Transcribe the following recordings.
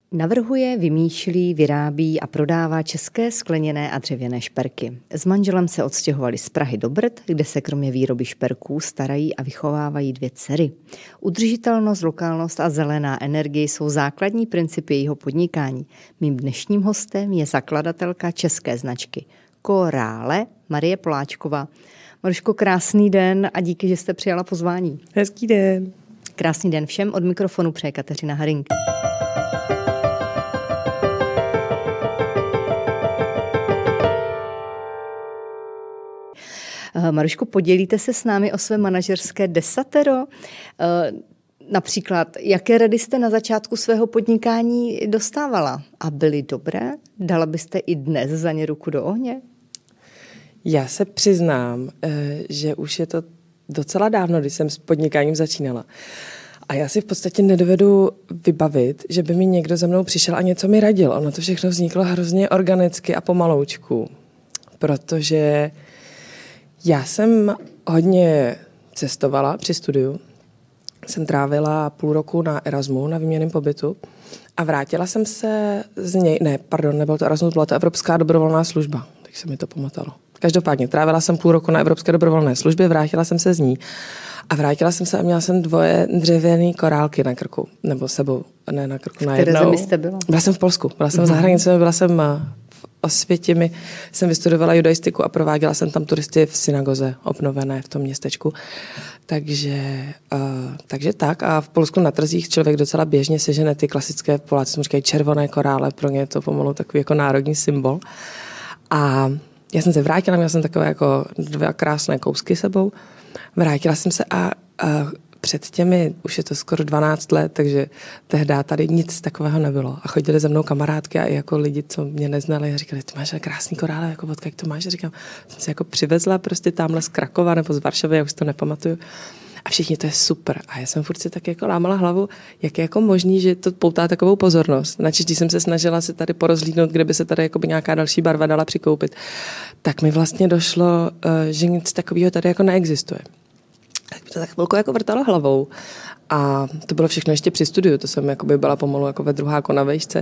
Navrhuje, vymýšlí, vyrábí a prodává české skleněné a dřevěné šperky. S manželem se odstěhovali z Prahy do Brd, kde se kromě výroby šperků starají a vychovávají 2 dcery. Udržitelnost, lokálnost a zelená energie jsou základní principy jejího podnikání. Mým dnešním hostem je zakladatelka české značky Korále Marie Poláčková. Maruško, krásný den a díky, že jste přijala pozvání. Hezký den. Krásný den všem, od mikrofonu přeje Kateřina Haring. Maruško, podělíte se s námi o své manažerské desatero? Například, jaké rady jste na začátku svého podnikání dostávala a byly dobré? Dala byste i dnes za ně ruku do ohně? Já se přiznám, že už je to docela dávno, když jsem s podnikáním začínala. A já si v podstatě nedovedu vybavit, že by mi někdo za mnou přišel a něco mi radil. Ono to všechno vzniklo hrozně organicky a pomaloučku. Protože já jsem hodně cestovala při studiu. Jsem trávila půl roku na Erasmu, na výměnném pobytu. A vrátila jsem se z něj, nebyl to Erasmus, byla to Evropská dobrovolná služba. Tak se mi to pamatalo. Každopádně, trávila jsem půl roku na Evropské dobrovolné službě, vrátila jsem se z ní. A vrátila jsem se a měla jsem 2 dřevěné korálky na krku. Nebo sebou, ne na krku, na jednou. Které zemi jste byla? Byla jsem v Polsku, byla jsem v zahraničí, byla jsem v Osvětimi, jsem vystudovala judaistiku a prováděla jsem tam turisty v synagoze obnovené v tom městečku. Takže tak. A v Polsku na trzích člověk docela běžně sežene ty klasické, Poláci tomu říkají červené korále, pro ně je to pomalu takový jako národní symbol. A já jsem se vrátila, měla jsem takové jako 2 krásné kousky sebou. Vrátila jsem se a před těmi, už je to skoro 12 let, takže tehdy tady nic takového nebylo. A chodili za mnou kamarádky a i jako lidi, co mě neznali, a říkali, ty máš krásný korále, jako vodka, jak to máš? A říkám, jsem si jako přivezla prostě tamhle z Krakova nebo z Varšavy, já už to nepamatuju. A všichni, to je super. A já jsem furt si tak jako lámala hlavu, jak je jako možný, že to poutá takovou pozornost. Načež když jsem se snažila se tady porozhlídnout, kde by se tady jako by nějaká další barva dala přikoupit, tak mi vlastně došlo, že nic takového tady jako neexistuje. Tak mi to tak chvilku jako vrtalo hlavou. A to bylo všechno ještě při studiu, to jsem jakoby byla pomalu jako ve druháku na vejšce.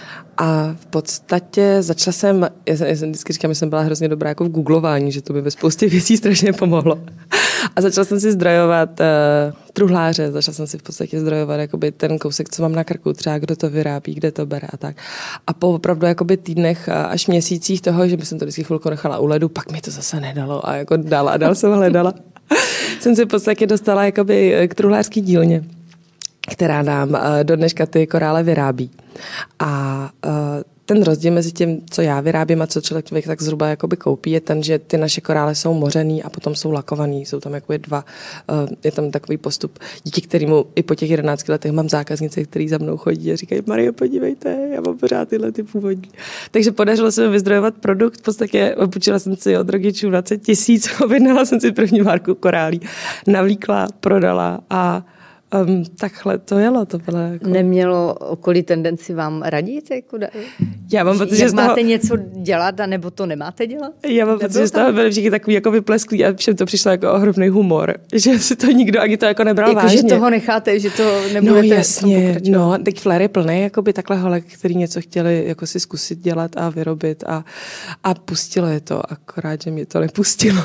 A v podstatě začala jsem, já jsem vždycky říkám, že jsem byla hrozně dobrá jako v googlování, že to by ve spoustě věcí strašně pomohlo. A začala jsem si zdrojovat truhláře, začala jsem si v podstatě zdrojovat jakoby ten kousek, co mám na krku, třeba kdo to vyrábí, kde to bere a tak. A po opravdu jakoby týdnech až měsících toho, že bych jsem to vždycky chvilku nechala u ledu, pak mi to zase nedalo a jako dál jsem hledala. Jsem si v podstatě dostala jakoby k truhlářský dílně, která nám do dneška ty korále vyrábí. A ten rozdíl mezi tím, co já vyrábím a co člověk tak zhruba jakoby koupí, je ten, že ty naše korále jsou mořený a potom jsou lakovaný. Jsou tam jakoby 2, je tam takový postup, díky kterému i po těch 11 letech mám zákaznice, který za mnou chodí a říkají, Mario, podívejte, já mám pořád tyhle ty původní. Takže podařilo se mi vyzdrojovat produkt, v podstatě půjčila jsem si od rodičů 20 000, objednala jsem si první várku korálí, navlíkla, prodala a takhle to jelo, to bylo jako... Nemělo okolí tendenci vám radit? Jako já mám pocit, že máte něco dělat, anebo to nemáte dělat? Já mám pocit, že z toho byli všichni takový jako vyplesklí a všem to přišlo jako ohromný humor, že si to nikdo ani to jako nebral jako, vážně. Že toho necháte, že to nebudete... No jasně, no, teď flair je plný jakoby takhle holek, který něco chtěli jako si zkusit dělat a vyrobit a pustilo je to, akorát, že mě to nepustilo.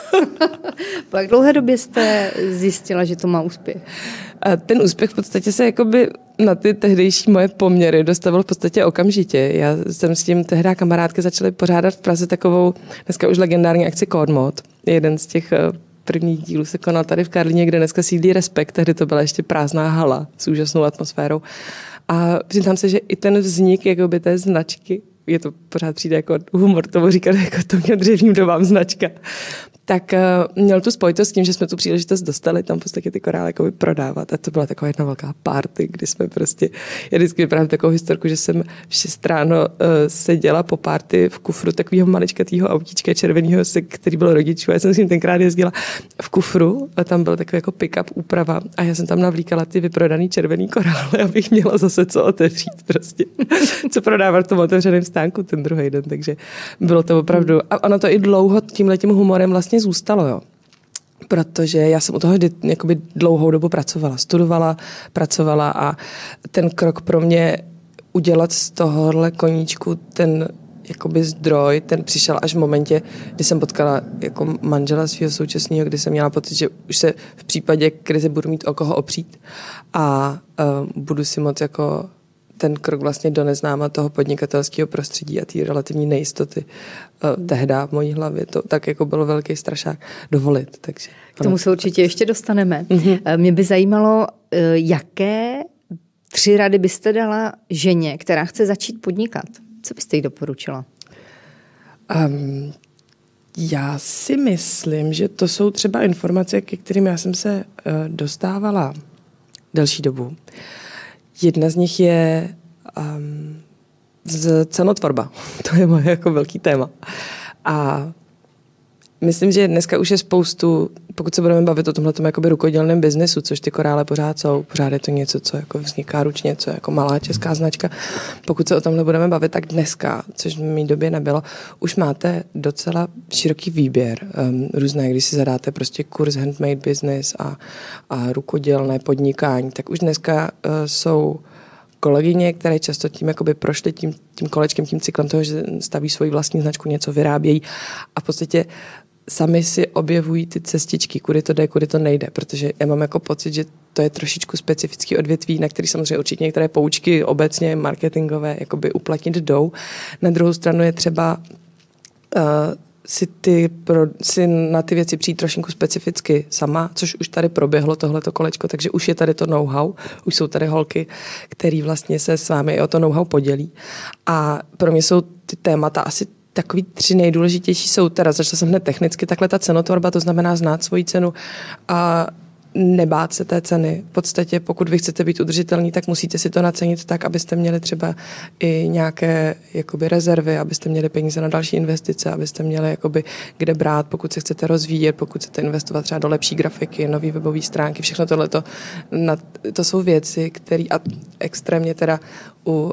Po jak dlouhé době jste zjistila, že to má úspěch? A ten úspěch v podstatě se jakoby na ty tehdejší moje poměry dostavil v podstatě okamžitě. Já jsem s tím tehdy kamarádky začaly pořádat v Praze takovou dneska už legendární akci Code Mod. Jeden z těch prvních dílů se konal tady v Karlíně, kde dneska sídlí Respekt, tehdy to byla ještě prázdná hala s úžasnou atmosférou. A přiznám se, že i ten vznik jakoby té značky, je to pořád přijde jako humor tomu říkat, jako to mě dřevním dobám značka, tak měl tu spojitost s tím, že jsme tu příležitost dostali tam v podstatě ty korály jako prodávat. A to byla taková jedna velká party, kdy jsme prostě, já vždycky vyprávím takovou historku, že jsem v 6 ráno seděla po party v kufru takového maličkatýho autíčka červeného, který byl rodičů. Já jsem s ním tenkrát jezdila v kufru a tam byl takový jako pick-up úprava a já jsem tam navlíkala ty vyprodaný červený korály, abych měla zase co otevřít prostě. Co prodávat v tom otevřeném stánku ten druhý den, takže bylo to opravdu, a ono to i dlouho tímhletím humorem vlastně zůstalo, jo. Protože já jsem u toho dlouhou dobu pracovala, studovala, pracovala a ten krok pro mě udělat z tohohle koníčku ten jakoby zdroj, ten přišel až v momentě, kdy jsem potkala jako manžela svého současného, kdy jsem měla pocit, že už se v případě krize budu mít o koho opřít a budu si moc jako ten krok vlastně do neznáma toho podnikatelského prostředí a té relativní nejistoty tehda v mojí hlavě. To tak jako bylo velký strašák dovolit. Takže, k tomu se určitě ještě dostaneme. Mě by zajímalo, jaké 3 rady byste dala ženě, která chce začít podnikat? Co byste jí doporučila? Já si myslím, že to jsou třeba informace, ke kterým já jsem se dostávala delší dobu. Jedna z nich je cenotvorba. To je moje jako velký téma. A myslím, že dneska už je spoustu, pokud se budeme bavit o tomhletom jakoby rukodělném biznesu, což ty korále pořád jsou, pořád je to něco, co jako vzniká ručně, co je jako malá česká značka. Pokud se o tomhle budeme bavit, tak dneska, což v mé době nebylo, už máte docela široký výběr. Různé, když si zadáte prostě kurz handmade business a rukodělné podnikání, tak už dneska jsou kolegyně, které často tím jakoby prošly tím kolečkem, tím cyklem toho, že staví svoji vlastní značku, něco vyrábějí a v podstatě sami si objevují ty cestičky, kudy to jde, kudy to nejde, protože já mám jako pocit, že to je trošičku specifický odvětví, na který samozřejmě určitě některé poučky obecně marketingové jakoby uplatnit jdou. Na druhou stranu je třeba si na ty věci přijít trošinku specificky sama, což už tady proběhlo tohleto kolečko, takže už je tady to know-how, už jsou tady holky, který vlastně se s vámi i o to know-how podělí. A pro mě jsou ty témata asi takový 3 nejdůležitější jsou teda, začala jsem hned technicky, takhle ta cenotvorba, to znamená znát svoji cenu a nebát se té ceny. V podstatě, pokud vy chcete být udržitelní, tak musíte si to nacenit tak, abyste měli třeba i nějaké jakoby rezervy, abyste měli peníze na další investice, abyste měli jakoby kde brát, pokud se chcete rozvíjet, pokud chcete investovat třeba do lepší grafiky, nové webové stránky, všechno tohleto. To jsou věci, které a extrémně teda u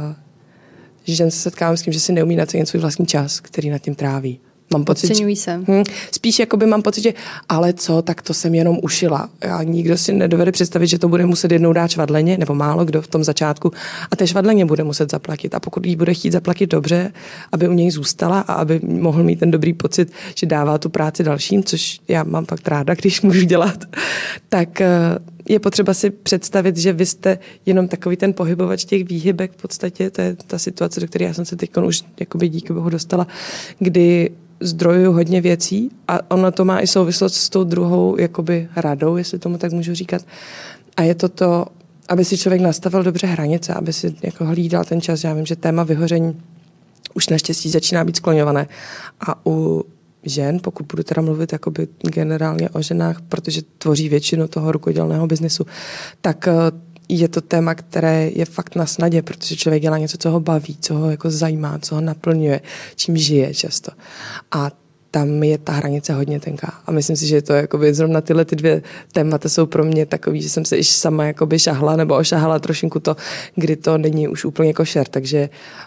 žen se setkávám s tím, že si neumí nacenit svůj vlastní čas, který nad tím tráví. Mám pocit, Oceňují se. Spíš jakoby mám pocit, že ale co, tak to jsem jenom ušila. A nikdo si nedovede představit, že to bude muset jednou dát švadleně, nebo málo kdo v tom začátku. A té švadleně bude muset zaplatit. A pokud jí bude chtít zaplatit dobře, aby u něj zůstala a aby mohl mít ten dobrý pocit, že dává tu práci dalším, což já mám fakt ráda, když můžu dělat, tak je potřeba si představit, že vy jste jenom takový ten pohybovač těch výhybek v podstatě. To je ta situace, do které já jsem se teď už jakoby díky bohu dostala, kdy zdrojuju hodně věcí a ono to má i souvislost s tou druhou jakoby radou, jestli tomu tak můžu říkat. A je to, aby si člověk nastavil dobře hranice, aby si jako hlídal ten čas. Já vím, že téma vyhoření už naštěstí začíná být skloňované. A u žen, pokud budu teda mluvit jakoby generálně o ženách, protože tvoří většinu toho rukodělného biznesu, tak je to téma, které je fakt na snadě, protože člověk dělá něco, co ho baví, co ho jako zajímá, co ho naplňuje, čím žije často. A tam je ta hranice hodně tenká. A myslím si, že to jakoby zrovna tyhle ty 2 témata jsou pro mě takový, že jsem se i sama jakoby šahla nebo ošahala trošinku to, kdy to není už úplně košer. Takže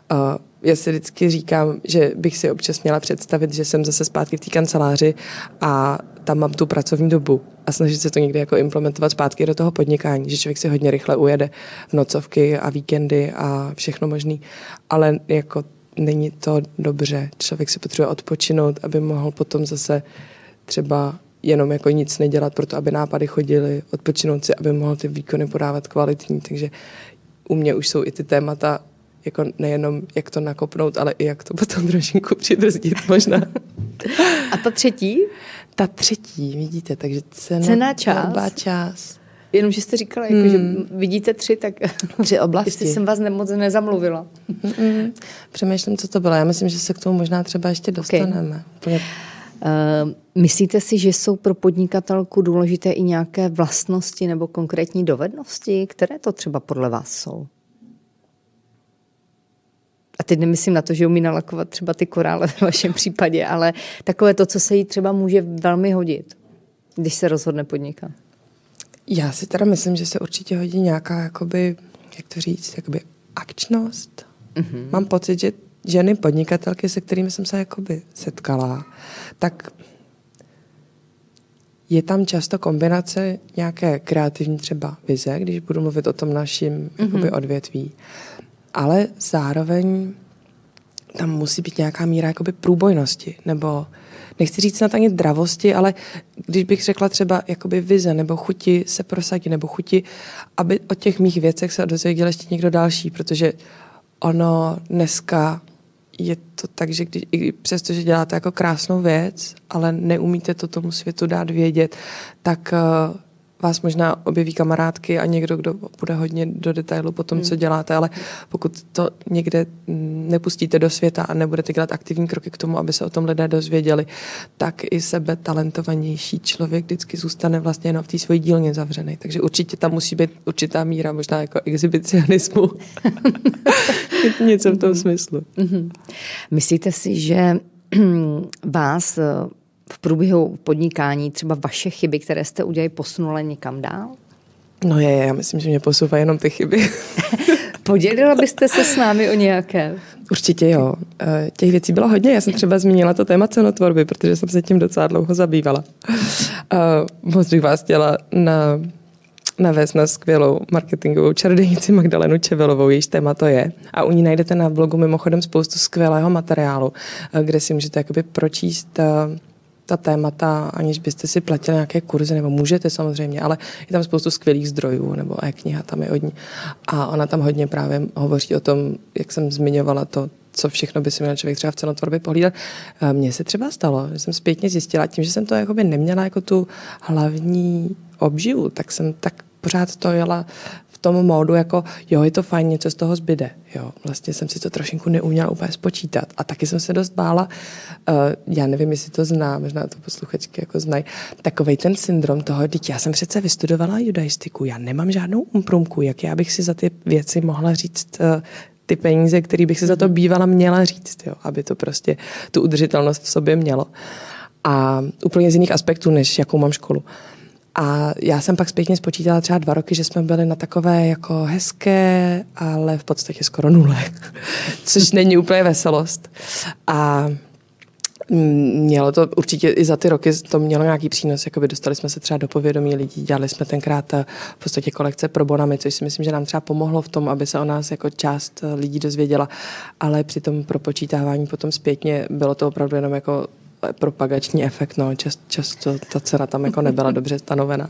já si vždycky říkám, že bych si občas měla představit, že jsem zase zpátky v té kanceláři a tam mám tu pracovní dobu a snažit se to někdy jako implementovat zpátky do toho podnikání, že člověk si hodně rychle ujede v nocovky a víkendy a všechno možný, ale jako není to dobře. Člověk si potřebuje odpočinout, aby mohl potom zase třeba jenom jako nic nedělat, proto aby nápady chodily, odpočinout si, aby mohl ty výkony podávat kvalitní. Takže u mě už jsou i ty témata jako nejenom jak to nakopnout, ale i jak to potom trošinku přibrzdit možná. A ta třetí? Ta třetí, vidíte, takže cena čas. Jenom, že jste říkala, jako, že vidíte 3, tak 3 oblasti. Jestli jsem vás moc nezamluvila. Přemýšlím, co to bylo. Já myslím, že se k tomu možná třeba ještě dostaneme. Okay. Myslíte si, že jsou pro podnikatelku důležité i nějaké vlastnosti nebo konkrétní dovednosti? Které to třeba podle vás jsou? A teď nemyslím na to, že umí nalakovat třeba ty korále v vašem případě, ale takové to, co se jí třeba může velmi hodit, když se rozhodne podnikat. Já si teda myslím, že se určitě hodí nějaká, jakoby, jak to říct, jakoby akčnost. Mm-hmm. Mám pocit, že ženy podnikatelky, se kterými jsem se jakoby setkala, tak je tam často kombinace nějaké kreativní třeba vize, když budu mluvit o tom naším jakoby odvětví. ale zároveň tam musí být nějaká míra jakoby průbojnosti, nebo nechci říct snad ani dravosti, ale když bych řekla třeba jakoby vize, nebo chuti se prosadit, nebo chuti, aby o těch mých věcech se dozvěděl ještě někdo další, protože ono dneska je to tak, že i přesto, že děláte jako krásnou věc, ale neumíte to tomu světu dát vědět, tak vás možná objeví kamarádky a někdo, kdo bude hodně do detailu po tom, co děláte, ale pokud to někde nepustíte do světa a nebudete dělat aktivní kroky k tomu, aby se o tom lidé dozvěděli, tak i sebe talentovanější člověk vždycky zůstane vlastně jenom v té svojí dílně zavřený. Takže určitě tam musí být určitá míra možná jako exhibicionismu. Něco v tom smyslu. Myslíte si, že vás v průběhu podnikání třeba vaše chyby, které jste udělali, posunuli někam dál? No já myslím, že mě posouvají jenom ty chyby. Podělila byste se s námi o nějaké? Určitě jo. Těch věcí bylo hodně. Já jsem třeba zmínila to téma cenotvorby, protože jsem se tím docela dlouho zabývala. Moc bych vás chtěla navést na skvělou marketingovou čarodějnici Magdalenu Čevelovou, jejíž téma to je. A u ní najdete na blogu mimochodem spoustu skvělého materiálu, kde si můžete jakoby pročíst ta témata, aniž byste si platili nějaké kurzy, nebo můžete samozřejmě, ale je tam spoustu skvělých zdrojů, nebo e-kniha tam je od ní. A ona tam hodně právě hovoří o tom, jak jsem zmiňovala to, co všechno by si měl člověk třeba v cenotvorbě pohlídat. Mně se třeba stalo, že jsem zpětně zjistila, tím, že jsem to jakoby neměla jako tu hlavní obživu, tak jsem tak pořád to jela v tom módu, jako jo, je to fajn, něco z toho zbyde. Jo, vlastně jsem si to trošinku neuměla úplně spočítat. A taky jsem se dost bála, já nevím, jestli to zná, možná to posluchačky jako znají, takovej ten syndrom toho, teď já jsem přece vystudovala judaistiku, já nemám žádnou umprumku, jak já bych si za ty věci mohla říct ty peníze, které bych si za to bývala měla říct, jo, aby to prostě tu udržitelnost v sobě mělo. A úplně z jiných aspektů, než jakou mám školu. A já jsem pak zpětně spočítala třeba 2 roky, že jsme byli na takové jako hezké, ale v podstatě skoro 0. Což není úplně veselost. A mělo to určitě i za ty roky, to mělo nějaký přínos, jakoby dostali jsme se třeba do povědomí lidí, dělali jsme tenkrát v podstatě kolekce pro bonami, což si myslím, že nám třeba pomohlo v tom, aby se o nás jako část lidí dozvěděla, ale při tom propočítávání potom zpětně bylo to opravdu jenom jako propagační efekt, no, často ta cena tam jako nebyla dobře stanovená.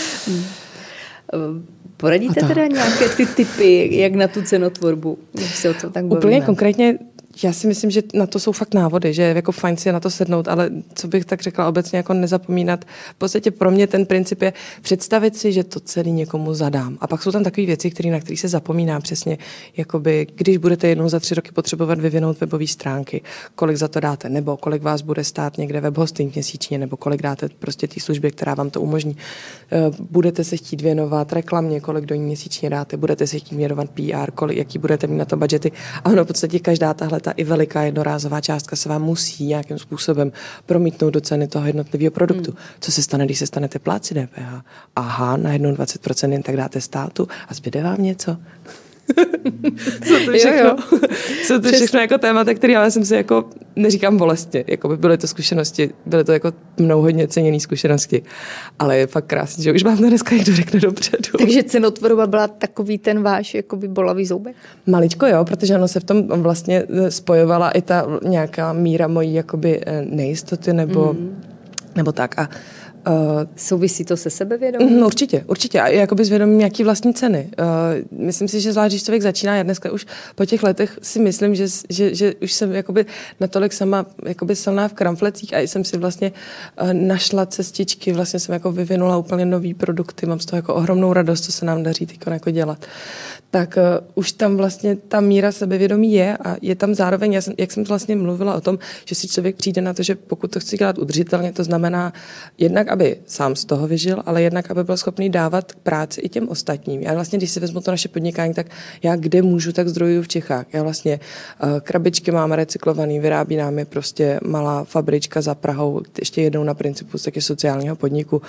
Poradíte teda nějaké ty tipy, jak na tu cenotvorbu? Se o to tak úplně konkrétně, já si myslím, že na to jsou fakt návody, že je jako fajn si na to sednout, ale co bych tak řekla obecně, jako nezapomínat. V podstatě pro mě ten princip je představit si, že to celý někomu zadám. A pak jsou tam takové věci, na které se zapomíná přesně, jakoby, když budete jednou za 3 roky potřebovat vyvinout webové stránky, kolik za to dáte, nebo kolik vás bude stát někde web hosting měsíčně, nebo kolik dáte prostě té službě, která vám to umožní. Budete se chtít věnovat reklamě, kolik do ní měsíčně dáte, budete se chtít věnovat PR, jaký budete mít na to budžety. A ono v podstatě každá tahle i veliká jednorázová částka se vám musí nějakým způsobem promítnout do ceny toho jednotlivého produktu. Co se stane, když se stanete plátci DPH? Aha, najednou 20% jen tak dáte státu a zbyde vám něco? Jsou to všechno jako témata, které já jsem si jako, neříkám bolestně, jako by byly to zkušenosti, byly to jako mnou hodně ceněné zkušenosti, ale je fakt krásný, že už vám to dneska někdo řekne dopředu. Takže cenotvorba byla takový ten váš jakoby bolavý zoubek? Maličko jo, protože ono se v tom vlastně spojovala i ta nějaká míra mojí jakoby nejistoty nebo tak a souvisí to se sebevědomím? Určitě. A jakoby zvědomím nějaký vlastní ceny. Myslím si, že zvlášť, když člověk začíná, já dneska už po těch letech si myslím, že už jsem jakoby natolik sama jakoby silná v kramflecích a jsem si vlastně našla cestičky, vlastně jsem jako vyvinula úplně nový produkty, mám z toho jako ohromnou radost, co se nám daří teď jako dělat. Tak už tam vlastně ta míra sebevědomí je a je tam zároveň, jak jsem vlastně mluvila o tom, že si člověk přijde na to, že pokud to chci dělat udržitelně, to znamená jednak, aby sám z toho vyžil, ale jednak, aby byl schopný dávat práci i těm ostatním. Já vlastně, když si vezmu to naše podnikání, tak já kde můžu, tak zdrojuju v Čechách. Já vlastně krabičky máme recyklovaný, vyrábí nám je prostě malá fabrička za Prahou, ještě jednou na principu taky sociálního podniku.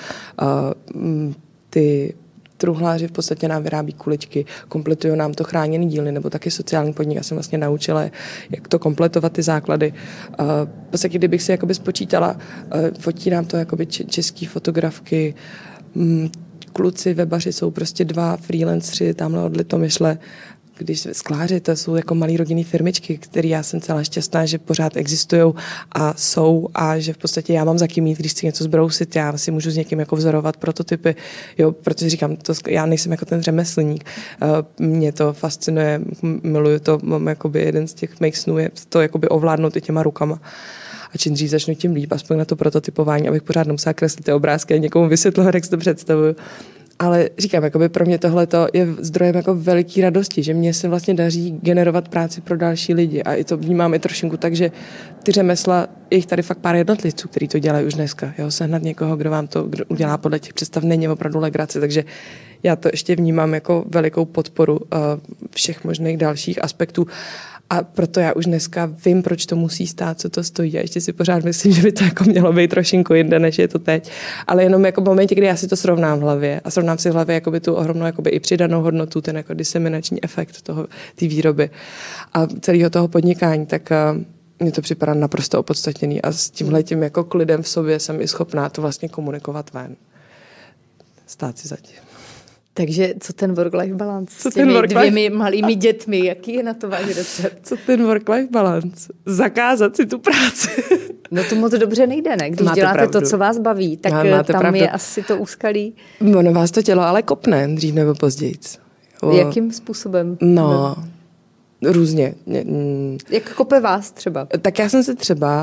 Ty truhláři v podstatě nám vyrábí kuličky, kompletují nám to chráněný dílny, nebo taky sociální podnik. Já jsem vlastně naučila, jak to kompletovat ty základy. V podstatě, kdybych si jakoby spočítala, fotí nám to jakoby český fotografky, kluci webaři jsou prostě 2 freelanceri, tamhle od Litomyšle, když skláři, to jsou jako malý rodinný firmičky, které já jsem celá šťastná, že pořád existují a jsou a že v podstatě já mám za kým jít, když chci něco zbrousit, já si můžu s někým jako vzorovat prototypy, jo, protože říkám, já nejsem jako ten řemeslník, mě to fascinuje, miluju to, mám jakoby jeden z těch mých snů je to jakoby ovládnout i těma rukama. A čím dřív začnu, tím líp, aspoň na to prototypování, abych pořád nemusela kreslit ty obrázky a někomu vysvětlovat, jak si to představuju. Ale říkám, jakoby pro mě tohle je zdrojem jako veliký radosti, že mě se vlastně daří generovat práci pro další lidi a i to vnímám i trošinku tak, že ty řemesla, je jich tady fakt pár jednotlivců, kteří to dělají už dneska. Jo? Sehnat někoho, kdo vám to udělá podle těch představ, není opravdu legrace, takže já to ještě vnímám jako velikou podporu všech možných dalších aspektů. A proto já už dneska vím, proč to musí stát, co to stojí. A ještě si pořád myslím, že by to jako mělo být trošinku jinde, než je to teď. Ale jenom jako v momentě, kdy já si to srovnám v hlavě a srovnám si v hlavě jakoby tu ohromnou jakoby i přidanou hodnotu, ten jako diseminační efekt té výroby a celého toho podnikání, tak mně to připadá naprosto opodstatněný a s tímhletím jako klidem v sobě jsem i schopná to vlastně komunikovat ven. Stát si zatím. Takže co ten work-life balance s těmi dvěmi malými dětmi? Jaký je na to váš recept? Co ten work-life balance? Zakázat si tu práci. No to moc dobře nejde, ne? Když máte děláte pravdu. To, co vás baví, tak tam pravdu. Je asi to úskalí. No vás to tělo ale kopne, dřív nebo později. Jakým způsobem? No, různě. Jak kope vás třeba? Tak já jsem se třeba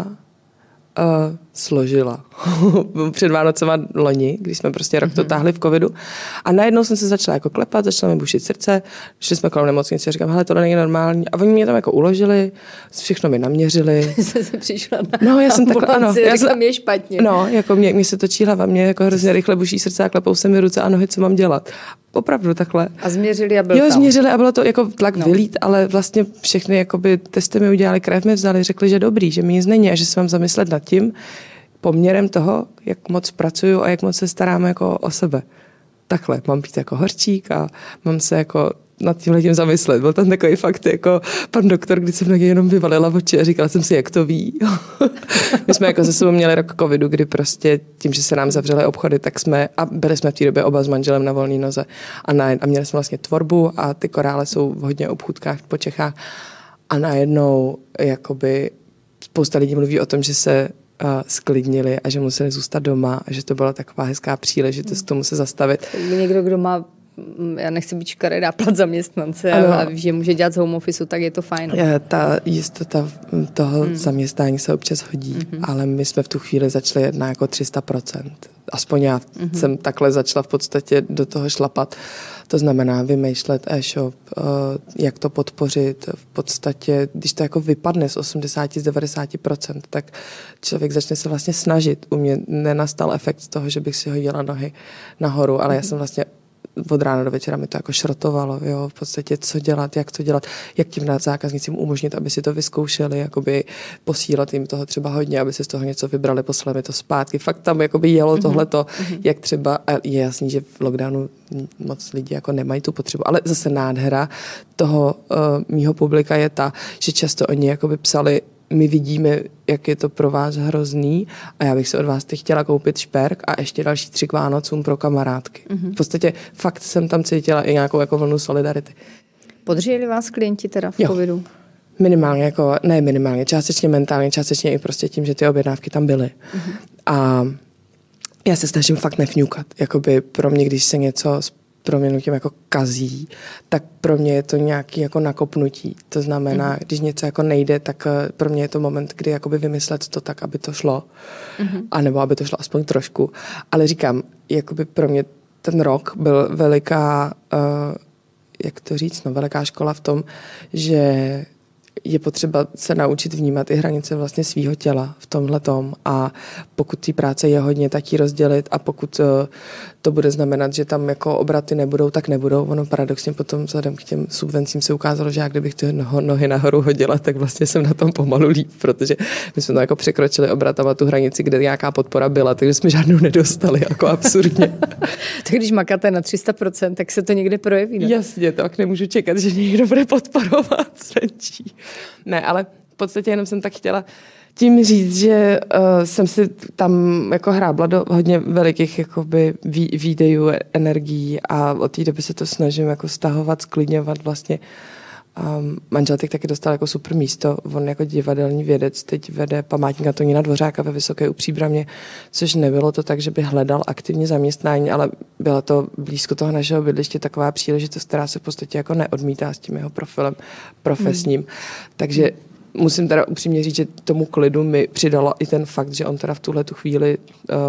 složila před Vánocema loni, když jsme prostě rok to táhli v covidu. A najednou jsem se začala jako klepat, začala mi bušit srdce, šli jsme kolem nemocnice a říkám, hele, tohle není normální. A oni mě tam jako uložili, všechno mi naměřili. Jsem přišla na no, já jsem takhle, ano. Já jsem je špatně. No, jako mě se točí hlava, mě jako hrozně rychle buší srdce a klepou se mi ruce a nohy, co mám dělat. Opravdu takhle. A změřili a byl tam. Změřili a bylo to jako tlak vylít, ale vlastně všechny jakoby testy mi udělali, krev mi vzali, řekli, že dobrý, že mi nic není a že se mám zamyslet nad tím poměrem toho, jak moc pracuju a jak moc se staráme jako o sebe. Takhle, mám být jako horčík a mám se jako nad tímhletím zamyslet. Byl tam takový fakt jako pan doktor, kdy jsem na něj jenom vyvalila oči a říkala jsem si, jak to ví. My jsme jako ze sebou měli rok covidu, kdy prostě tím, že se nám zavřely obchody, tak byli jsme v té době oba s manželem na volné noze a měli jsme vlastně tvorbu a ty korále jsou v hodně obchůdkách po Čechách a najednou jakoby spousta lidí mluví o tom, že se sklidnili a že museli zůstat doma a že to byla taková hezká příležitost k tomu se zastavit. Někdo, kdo má, já nechci být škaredá, plat zaměstnance a že může dělat z home officeu, tak je to fajn. Ta jistota toho zaměstnání se občas hodí, ale my jsme v tu chvíli začali jednat jako 300%. Aspoň já jsem takhle začala v podstatě do toho šlapat. To znamená vymýšlet e-shop, jak to podpořit. V podstatě, když to jako vypadne z 80-90%, tak člověk začne se vlastně snažit. U mě nenastal efekt z toho, že bych si hodila nohy nahoru, ale já jsem vlastně od rána do večera mi to jako šrotovalo, jo, v podstatě co dělat, jak tím dát zákaznicím umožnit, aby si to vyzkoušeli, jakoby posílat jim toho třeba hodně, aby si z toho něco vybrali, poslali mi to zpátky. Fakt tam jakoby jelo tohleto, jak třeba, a je jasný, že v lockdownu moc lidí jako nemají tu potřebu, ale zase nádhera toho mýho publika je ta, že často oni jakoby psali, my vidíme, jak je to pro vás hrozný a já bych se od vás teď chtěla koupit šperk a ještě další 3 k Vánocům pro kamarádky. V podstatě fakt jsem tam cítila i nějakou jako vlnu solidarity. Podříjeli vás klienti teda v covidu? Minimálně, jako, ne minimálně, částečně mentálně, částečně i prostě tím, že ty objednávky tam byly. A já se snažím fakt nefňukat. Jakoby pro mě, když se něco proměnutím jako kazí, tak pro mě je to nějaký jako nakopnutí. To znamená, když něco jako nejde, tak pro mě je to moment, kdy jakoby vymyslet to tak, aby to šlo. A nebo aby to šlo aspoň trošku. Ale říkám, jakoby pro mě ten rok byl veliká, jak to říct, veliká škola v tom, že je potřeba se naučit vnímat i hranice vlastně svýho těla v tomhletom a pokud té práce je hodně, tak ji rozdělit a pokud to bude znamenat, že tam jako obraty nebudou, tak nebudou. Ono paradoxně potom vzhledem k těm subvencím se ukázalo, že já kdybych ty nohy nahoru hodila, tak vlastně jsem na tom pomalu líp, protože my jsme to jako překročili obratama tu hranici, kde nějaká podpora byla, takže jsme žádnou nedostali, jako absurdně. Tak když makáte na 300%, tak se to někde projeví. Ne? Jasně, tak nemůžu čekat, že někdo bude podporovat zvenčí. Ne, ale v podstatě jenom jsem tak chtěla tím říct, že jsem si tam jako hrábla do hodně velikých jakoby výdejů energií a od té doby se to snažím jako stahovat, sklidňovat vlastně A manžel teď taky dostal jako super místo. On jako divadelní vědec teď vede památník Antonína Dvořáka ve Vysoké u Příbramě, což nebylo to tak, že by hledal aktivně zaměstnání, ale bylo to blízko toho našeho bydliště taková příležitost, která se v podstatě jako neodmítá s tím jeho profilem profesním. Takže musím teda upřímně říct, že tomu klidu mi přidalo i ten fakt, že on teda v tuhletu chvíli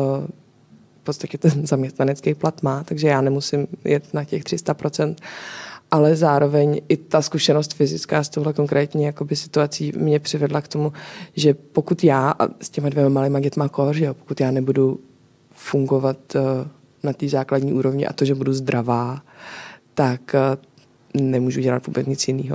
v podstatě ten zaměstnanecký plat má, takže já nemusím jet na těch 300%, ale zároveň i ta zkušenost fyzická s touhle konkrétní jakoby situací mě přivedla k tomu, že pokud já, a s těma 2 malýma dětma že jo, pokud já nebudu fungovat na té základní úrovni a to, že budu zdravá, tak nemůžu dělat vůbec nic jiného.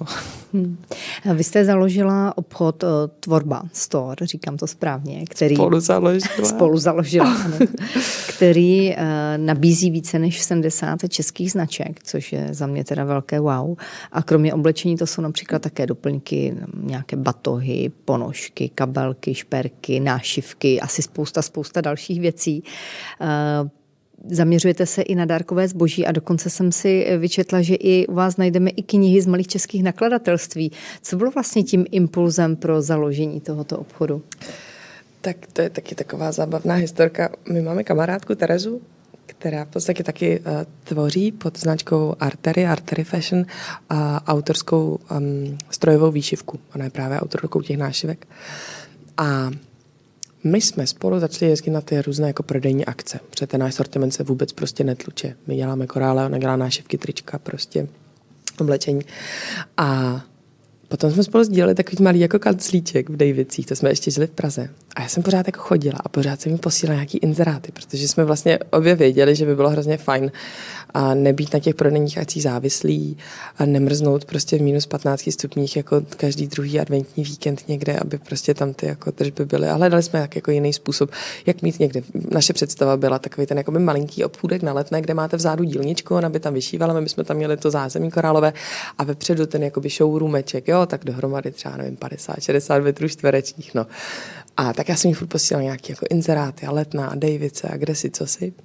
Vy jste založila obchod Tvorba Store, říkám to správně, který spolu založila, ano, který nabízí více než 70 českých značek, což je za mě teda velké wow. A kromě oblečení to jsou například také doplňky, nějaké batohy, ponožky, kabelky, šperky, nášivky, asi spousta dalších věcí. Zaměřujete se i na dárkové zboží a dokonce jsem si vyčetla, že i u vás najdeme i knihy z malých českých nakladatelství. Co bylo vlastně tím impulzem pro založení tohoto obchodu? Tak to je taky taková zábavná historka. My máme kamarádku Terezu, která v podstatě taky tvoří pod značkou Artery Fashion autorskou strojovou výšivku. Ona je právě autorkou těch nášivek. A my jsme spolu začali jezdit na ty různé jako prodejní akce, protože ten náš sortiment se vůbec prostě netluče. My děláme korále, ona dělá nášivky, trička, prostě oblečení. A potom jsme spolu sdíleli takový malý jako kanclíček v Dejvicích, to jsme ještě žili v Praze. A já jsem pořád jako chodila a pořád jsem jim posílala nějaký inzeráty, protože jsme vlastně obě věděli, že by bylo hrozně fajn a nebýt na těch prodejních akcích závislí a nemrznout prostě v minus 15 stupních jako každý druhý adventní víkend někde, aby prostě tam ty jako tržby byly. A hledali jsme jako jiný způsob, jak mít někde. Naše představa byla takový ten jakoby malinký obchůdek na Letné, kde máte vzadu dílničku, ona by tam vyšívala, my jsme tam měli to zázemí korálové a vepředu ten jakoby showroomeček, jo, tak dohromady třeba nevím 50-60 metrů čtverečních, no. A tak já jsem jí furt posílala nějaký jako inzeráty a Letná a Dejvice a kde si, co si.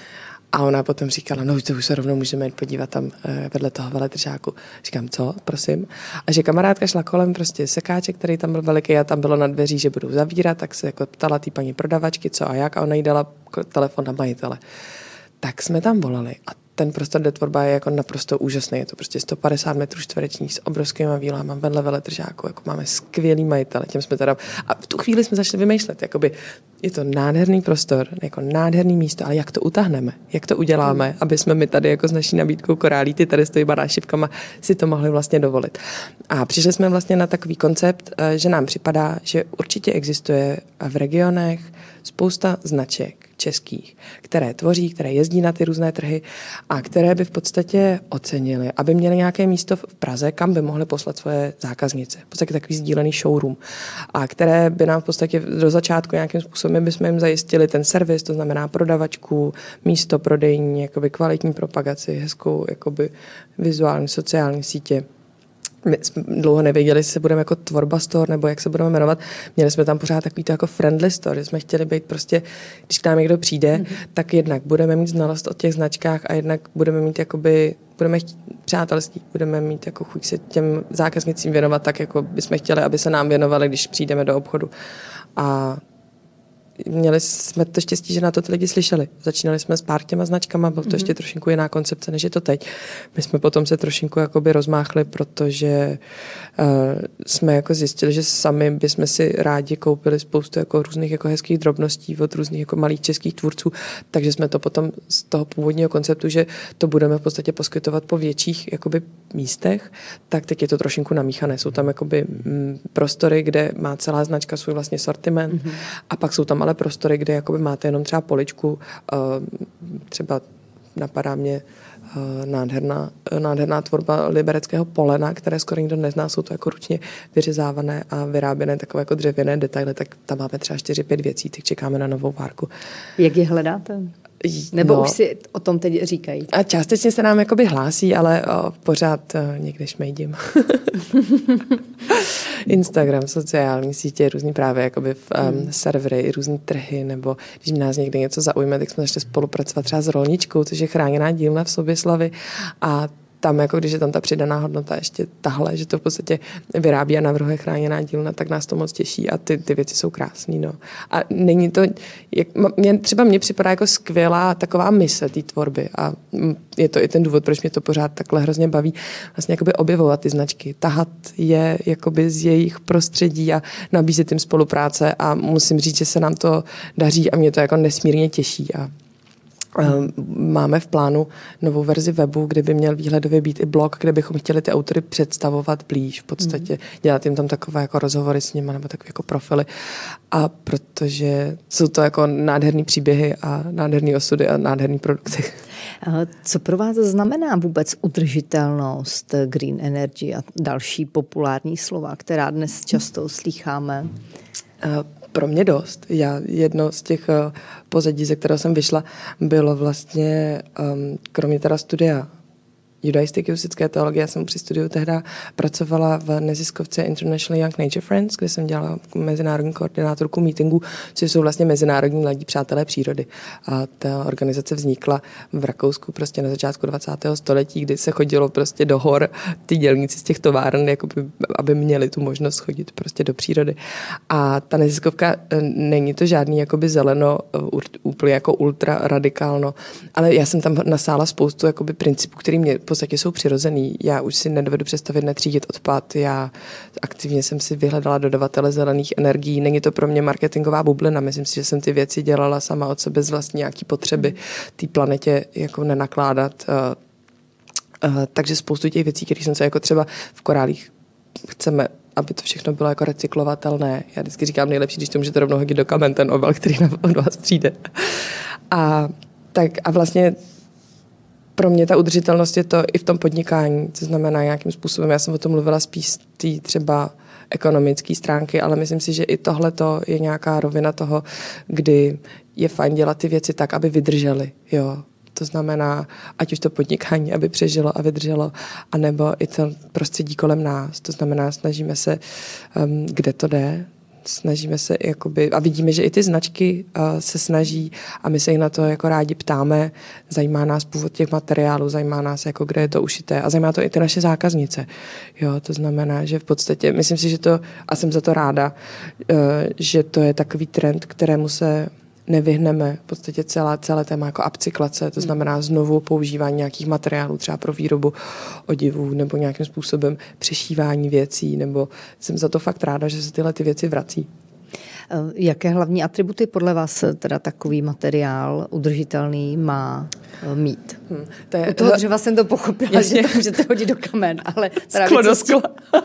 A ona potom říkala, no to už se rovnou můžeme jít podívat tam vedle toho veletržáku. Říkám, co, prosím? A že kamarádka šla kolem prostě sekáče, který tam byl veliký a tam bylo na dveří, že budou zavírat, tak se jako ptala té paní prodavačky, co a jak a ona jí dala telefon na majitele. Tak jsme tam volali a ten prostor, kde tvorba je jako naprosto úžasný. Je to prostě 150 metrů čtverečních s obrovskými výlami vedle veletržáku. Jako máme skvělý majitele. Těm jsme teda, a v tu chvíli jsme začali vymýšlet. Jakoby, je to nádherný prostor, jako nádherný místo, ale jak to utahneme? Jak to uděláme, aby jsme my tady jako s naší nabídkou korálí, ty tady stojí nášivkama, si to mohli vlastně dovolit. A přišli jsme vlastně na takový koncept, že nám připadá, že určitě existuje v regionech spousta značek českých, které tvoří, které jezdí na ty různé trhy a které by v podstatě ocenili, aby měli nějaké místo v Praze, kam by mohli poslat svoje zákaznice. V podstatě takový sdílený showroom. A které by nám v podstatě do začátku nějakým způsobem bychom jim zajistili ten servis, to znamená prodavačku, místo prodejní, jakoby kvalitní propagaci, hezkou jakoby vizuální, sociální sítě. My jsme dlouho nevěděli, jestli se budeme jako Tvorba Store nebo jak se budeme jmenovat. Měli jsme tam pořád takový to jako friendly store, že jsme chtěli být prostě, když k nám někdo přijde, tak jednak budeme mít znalost o těch značkách a jednak budeme mít jakoby, budeme chtít přátelství, budeme mít jako chuť se těm zákaznicím věnovat tak, jako bychom chtěli, aby se nám věnovali, když přijdeme do obchodu. A měli jsme to štěstí, že na to ty lidi slyšeli. Začínali jsme s pár těma značkama, byl to ještě trošinku jiná koncepce, než je to teď. My jsme potom se trošinku jakoby rozmáchli, protože jsme jako zjistili, že sami bychom si rádi koupili spoustu jako různých jako hezkých drobností od různých jako malých českých tvůrců, takže jsme to potom z toho původního konceptu, že to budeme v podstatě poskytovat po větších jakoby místech, tak teď je to trošinku namíchané. Jsou tam jakoby prostory, kde má celá značka svůj vlastně sortiment a pak jsou tam ale prostory, kde jakoby máte jenom třeba poličku, třeba napadá mě nádherná tvorba libereckého polena, které skoro nikdo nezná, jsou to jako ručně vyřezávané a vyráběné takové jako dřevěné detaily, tak tam máme třeba 4-5 věcí, teď čekáme na novou várku. Jak je hledáte? Nebo už si o tom teď říkají? A částečně se nám jakoby hlásí, ale pořád někde šmejdím. Instagram, sociální sítě, různý právě jakoby servery, různý trhy, nebo když nás někde něco zaujme, tak jsme začali spolupracovat třeba s Rolničkou, což je chráněná dílna v Soběslavi a tam, jako když je tam ta přidaná hodnota ještě tahle, že to v podstatě vyrábí a navrhuje chráněná dílna, tak nás to moc těší a ty věci jsou krásný, no. A není to, mně připadá jako skvělá taková mise té tvorby a je to i ten důvod, proč mě to pořád takhle hrozně baví, vlastně jakoby objevovat ty značky, tahat je jakoby z jejich prostředí a nabízet jim spolupráce a musím říct, že se nám to daří a mě to jako nesmírně těší a máme v plánu novou verzi webu, kde by měl výhledově být i blog, kde bychom chtěli ty autory představovat blíž, v podstatě dělat jim tam takové jako rozhovory s nimi nebo takové jako profily. A protože jsou to jako nádherný příběhy a nádherný osudy a nádherný produkty. Co pro vás znamená vůbec udržitelnost, green energy a další populární slova, která dnes často slýcháme? Pro mě dost. Jedno z těch pozadí, ze kterého jsem vyšla, bylo vlastně, kromě teda studia judaistiky, husické teologie, já jsem při studiu tehda pracovala v neziskovce International Young Nature Friends, kde jsem dělala mezinárodní koordinátorku meetingů, což jsou vlastně mezinárodní mladí přátelé přírody. A ta organizace vznikla v Rakousku prostě na začátku 20. století, kdy se chodilo prostě do hor, ty dělníci z těch továren, jakoby, aby měli tu možnost chodit prostě do přírody. A ta neziskovka není to žádný jakoby zeleno, úplně jako ultra radikálno, ale já jsem tam nasála spoustu jakoby principů, který mě v podstatě jsou přirozený. Já už si nedovedu představit netřídit odpad. Já aktivně jsem si vyhledala dodavatele zelených energií. Není to pro mě marketingová bublina. Myslím si, že jsem ty věci dělala sama od sebe z vlastní nějaký potřeby té planetě jako nenakládat. Takže spoustu těch věcí, které jsem se jako třeba v korálích chceme, aby to všechno bylo jako recyklovatelné. Já vždycky říkám nejlepší, když to můžete rovnou hodit do kamen, ten obal, který od vás přijde. A vlastně pro mě ta udržitelnost je to i v tom podnikání, to znamená nějakým způsobem, já jsem o tom mluvila spíš z té třeba ekonomické stránky, ale myslím si, že i tohleto je nějaká rovina toho, kdy je fajn dělat ty věci tak, aby vydržely, jo. To znamená, ať už to podnikání, aby přežilo a vydrželo, anebo i to prostředí kolem nás. To znamená, snažíme se, kde to jde, snažíme se jakoby, a vidíme, že i ty značky se snaží a my se jich na to jako rádi ptáme, zajímá nás původ těch materiálů, zajímá nás, jako kde je to ušité a zajímá to i ty naše zákaznice. Jo, to znamená, že v podstatě, myslím si, že to, a jsem za to ráda, že to je takový trend, kterému se nevyhneme. V podstatě celé téma jako upcyklace, to znamená znovu používání nějakých materiálů třeba pro výrobu odivů nebo nějakým způsobem přešívání věcí, nebo jsem za to fakt ráda, že se tyhle ty věci vrací. Jaké hlavní atributy podle vás teda takový materiál udržitelný má mít? U toho dřeva jsem to pochopila, že to můžete hodit do kamen, ale sklo do skla.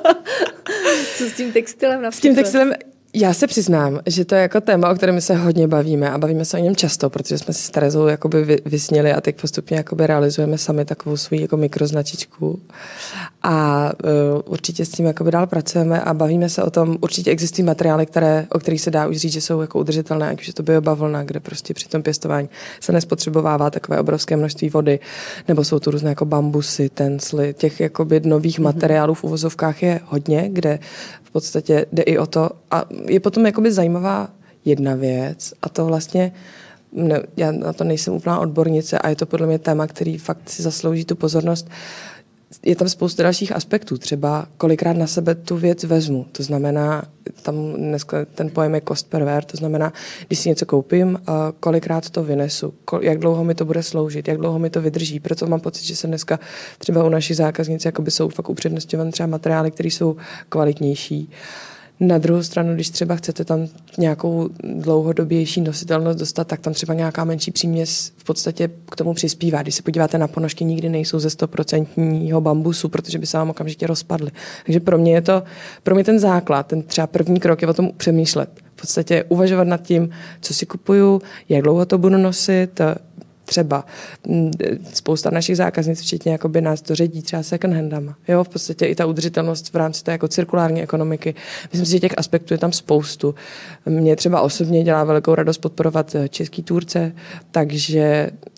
Co s tím textilem například? S tím textilem já se přiznám, že to je jako téma, o kterém se hodně bavíme a bavíme se o něm často, protože jsme si s Terezou jakoby vysněli a teď postupně jakoby realizujeme sami takovou svou jako mikroznačičku a určitě s tím jakoby dál pracujeme a bavíme se o tom. Určitě existují materiály, o kterých se dá už říct, že jsou jako udržitelné, ať už je to biobavlna, kde prostě při tom pěstování se nespotřebovává takové obrovské množství vody, nebo jsou tu různé jako bambusy, tensly, těch jakoby nových materiálů v uvozovkách je hodně, kde v podstatě jde i o to a je potom jakoby zajímavá jedna věc a to vlastně, já na to nejsem úplná odbornice a je to podle mě téma, který fakt si zaslouží tu pozornost. Je tam spousta dalších aspektů, třeba kolikrát na sebe tu věc vezmu, to znamená, tam dneska ten pojem je cost per wear, to znamená, když si něco koupím, kolikrát to vynesu, jak dlouho mi to bude sloužit, jak dlouho mi to vydrží, proto mám pocit, že se dneska třeba u našich zákaznic jakoby jsou fakt upřednostňované třeba materiály, které jsou kvalitnější. Na druhou stranu, když třeba chcete tam nějakou dlouhodobější nositelnost dostat, tak tam třeba nějaká menší příměs v podstatě k tomu přispívá. Když se podíváte na ponožky, nikdy nejsou ze 100% bambusu, protože by se vám okamžitě rozpadly. Takže pro mě ten základ, ten třeba první krok je o tom přemýšlet. V podstatě uvažovat nad tím, co si kupuju, jak dlouho to budu nosit. Třeba spousta našich zákaznic, včetně jakoby nás to ředí třeba second handama. Jo, v podstatě i ta udržitelnost v rámci té jako cirkulární ekonomiky. Myslím si, že těch aspektů je tam spoustu. Mě třeba osobně dělá velikou radost podporovat český tvůrce, takže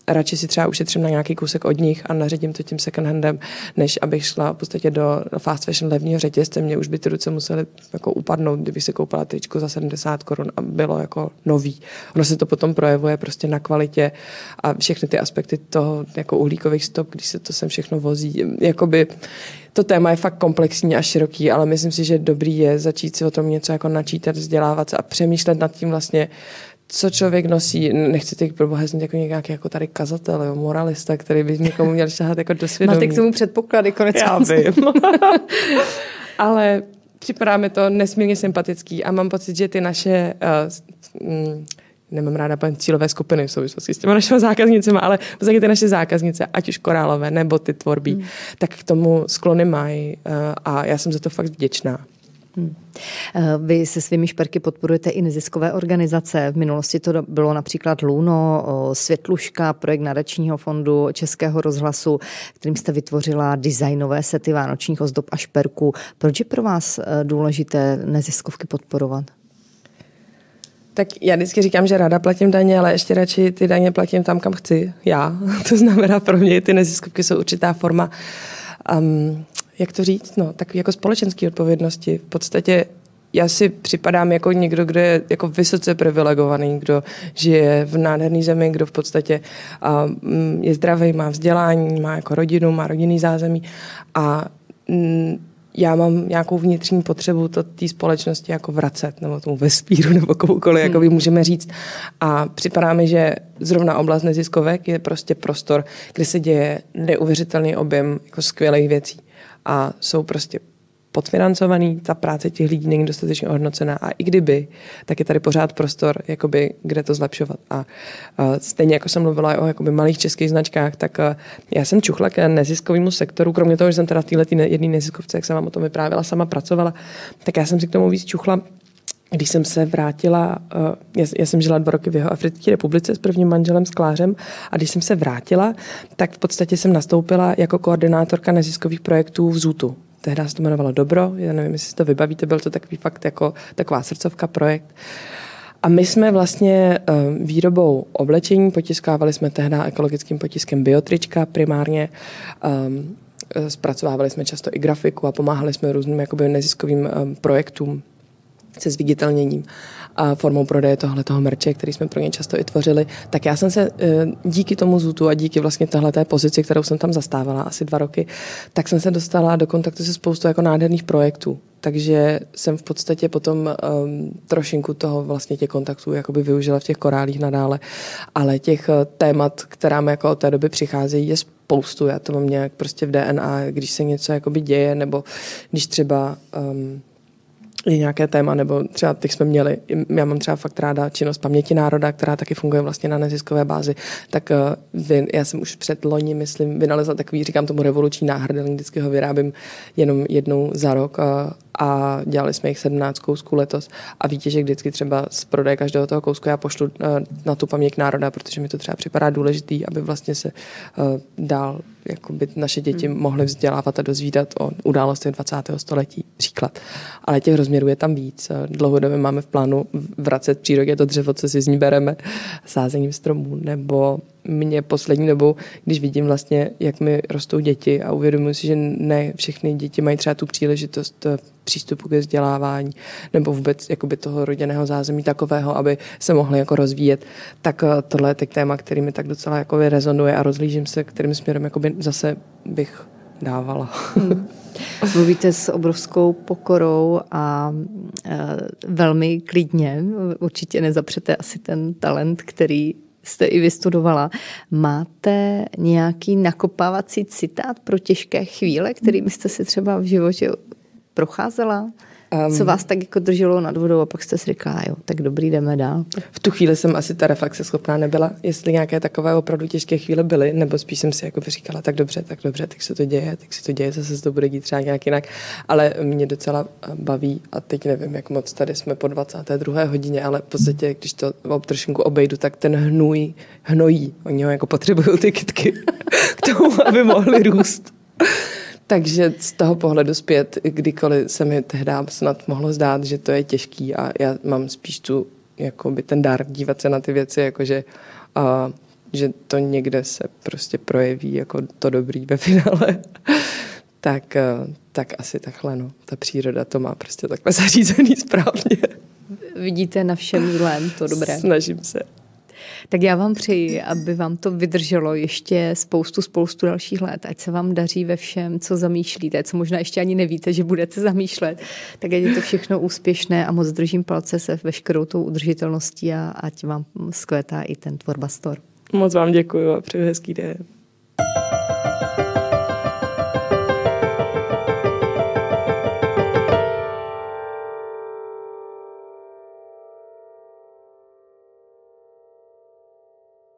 radši si třeba ušetřím na nějaký kousek od nich a naředím to tím second handem, než abych šla v podstatě do fast fashion levního řetězce. Mě už by ty ruce musely jako upadnout, kdybych si koupila tričko za 70 korun a bylo jako nový. Ono se to potom projevuje prostě na kvalitě a všechny ty aspekty toho jako uhlíkových stop, když se to sem všechno vozí. Jakoby to téma je fakt komplexní a široký, ale myslím si, že dobrý je začít si o tom něco jako načítat, vzdělávat se a přemýšlet nad tím vlastně, co člověk nosí. Nechci teď proboheznit jako nějaký jako tady kazatel, jo, moralista, který by někomu měl šahat jako do svědomí. Máte k tomu předpoklady, konec Já vím. Ale připadá mi to nesmírně sympatický a mám pocit, že ty naše nemám ráda pojem cílové skupiny v souvislosti s těma našimi zákaznicemi, ale vlastně ty naše zákaznice, ať už korálové nebo ty tvorbí, tak k tomu sklony mají a já jsem za to fakt vděčná. Vy se svými šperky podporujete i neziskové organizace. V minulosti to bylo například Luno, Světluška, projekt nadačního fondu Českého rozhlasu, kterým jste vytvořila designové sety vánočních ozdob a šperků. Proč je pro vás důležité neziskovky podporovat? Tak já vždycky říkám, že ráda platím daně, ale ještě radši ty daně platím tam, kam chci já. To znamená, pro mě ty neziskovky jsou určitá forma jak to říct, no, takový jako společenské odpovědnosti. V podstatě já si připadám jako někdo, kdo je jako vysoce privilegovaný, kdo žije v nádherné zemi, kdo v podstatě je zdravý, má vzdělání, má jako rodinu, má rodinný zázemí a já mám nějakou vnitřní potřebu to té společnosti jako vracet, nebo tomu vesmíru, nebo komukoliv, jako můžeme říct. A připadá mi, že zrovna oblast neziskovek je prostě prostor, kde se děje neuvěřitelný objem jako skvělých věcí. A jsou prostě podfinancovaný, ta práce těch lidí není dostatečně ohodnocená a i kdyby, tak je tady pořád prostor, jakoby, kde to zlepšovat. A stejně jako jsem mluvila o jakoby malých českých značkách, tak já jsem čuchla k neziskovému sektoru, kromě toho, že jsem teda v této jedné neziskovce, jak jsem vám o tom vyprávěla, sama pracovala, tak já jsem si k tomu víc čuchla, když jsem se vrátila, já jsem žila 2 roky v Jihoafrické republice s prvním manželem sklářem a když jsem se vrátila, tak v podstatě jsem nastoupila jako koordinátorka neziskových projektů v ZÚTu. Tehdy se to jmenovalo Dobro, já nevím, jestli si to vybavíte, byl to takový fakt jako taková srdcovka projekt. A my jsme vlastně výrobou oblečení potiskávali jsme tehdy ekologickým potiskem biotrička primárně, zpracovávali jsme často i grafiku a pomáhali jsme různým jakoby neziskovým projektům se zviditelněním a formou prodeje tohletoho merče, který jsme pro ně často i tvořili, tak já jsem se díky tomu ZÚTu a díky vlastně téhleté pozici, kterou jsem tam zastávala asi 2 roky, tak jsem se dostala do kontaktu se spoustou jako nádherných projektů. Takže jsem v podstatě potom trošinku toho vlastně těch kontaktů jakoby využila v těch korálích nadále, ale těch témat, která mi jako od té doby přicházejí, je spoustu. Já to mám nějak prostě v DNA, když se něco jakoby děje, nebo když třeba je nějaké téma, nebo třeba teď jsme měli, já mám třeba fakt ráda činnost Paměti národa, která taky funguje vlastně na neziskové bázi, tak já jsem už před loni, myslím, vynalezla takový, říkám tomu revoluční náhrdelník, vždycky ho vyrábím jenom jednou za rok a dělali jsme jich 17 kousků letos a víte, že vždycky třeba z prodeje každého toho kousku já pošlu na tu Paměť národa, protože mi to třeba připadá důležitý, aby vlastně se dál jakoby naše děti mohly vzdělávat a dozvídat o událostech 20. století. Příklad. Ale těch rozměrů je tam víc. Dlouhodobě máme v plánu vracet přírodě to dřevo, co si z ní bereme, sázením stromů, nebo mě poslední dobou, když vidím vlastně, jak mi rostou děti a uvědomuji si, že ne všechny děti mají třeba tu příležitost přístupu ke vzdělávání nebo vůbec jakoby toho rodinného zázemí takového, aby se mohly jako rozvíjet, tak tohle je teď téma, který mi tak docela jakoby rezonuje a rozhlížím se, kterým směrem jakoby zase bych dávala. Mluvíte s obrovskou pokorou a velmi klidně. Určitě nezapřete asi ten talent, který jste i vystudovala. Máte nějaký nakopávací citát pro těžké chvíle, kterými jste si třeba v životě procházela? Co vás tak jako drželo nad vodou a pak jste si říkala, jo, tak dobrý, jdeme dál. V tu chvíli jsem asi ta reflexe schopná nebyla, jestli nějaké takové opravdu těžké chvíle byly, nebo spíš jsem si jako říkala, tak dobře, tak se to děje, zase se to bude dít třeba nějak jinak, ale mě docela baví a teď nevím, jak moc tady jsme po 22. hodině, ale v podstatě, když to trošinku obejdu, tak ten hnojí, oni ho jako potřebují ty kytky k tomu, aby mohli růst. Takže z toho pohledu zpět, kdykoliv se mi tehdy snad mohlo zdát, že to je těžký a já mám spíš ten dar dívat se na ty věci, jakože že to někde se prostě projeví jako to dobrý ve finále. Tak asi takhle, no. Ta příroda to má prostě takhle zařízený správně. Vidíte na všem zlém to dobré. Snažím se. Tak já vám přeji, aby vám to vydrželo ještě spoustu dalších let. Ať se vám daří ve všem, co zamýšlíte, co možná ještě ani nevíte, že budete zamýšlet. Tak ať je to všechno úspěšné a moc držím palce se veškerou tou udržitelností a ať vám zkvétá i ten Tvorba Store. Moc vám děkuju a přeju hezký den.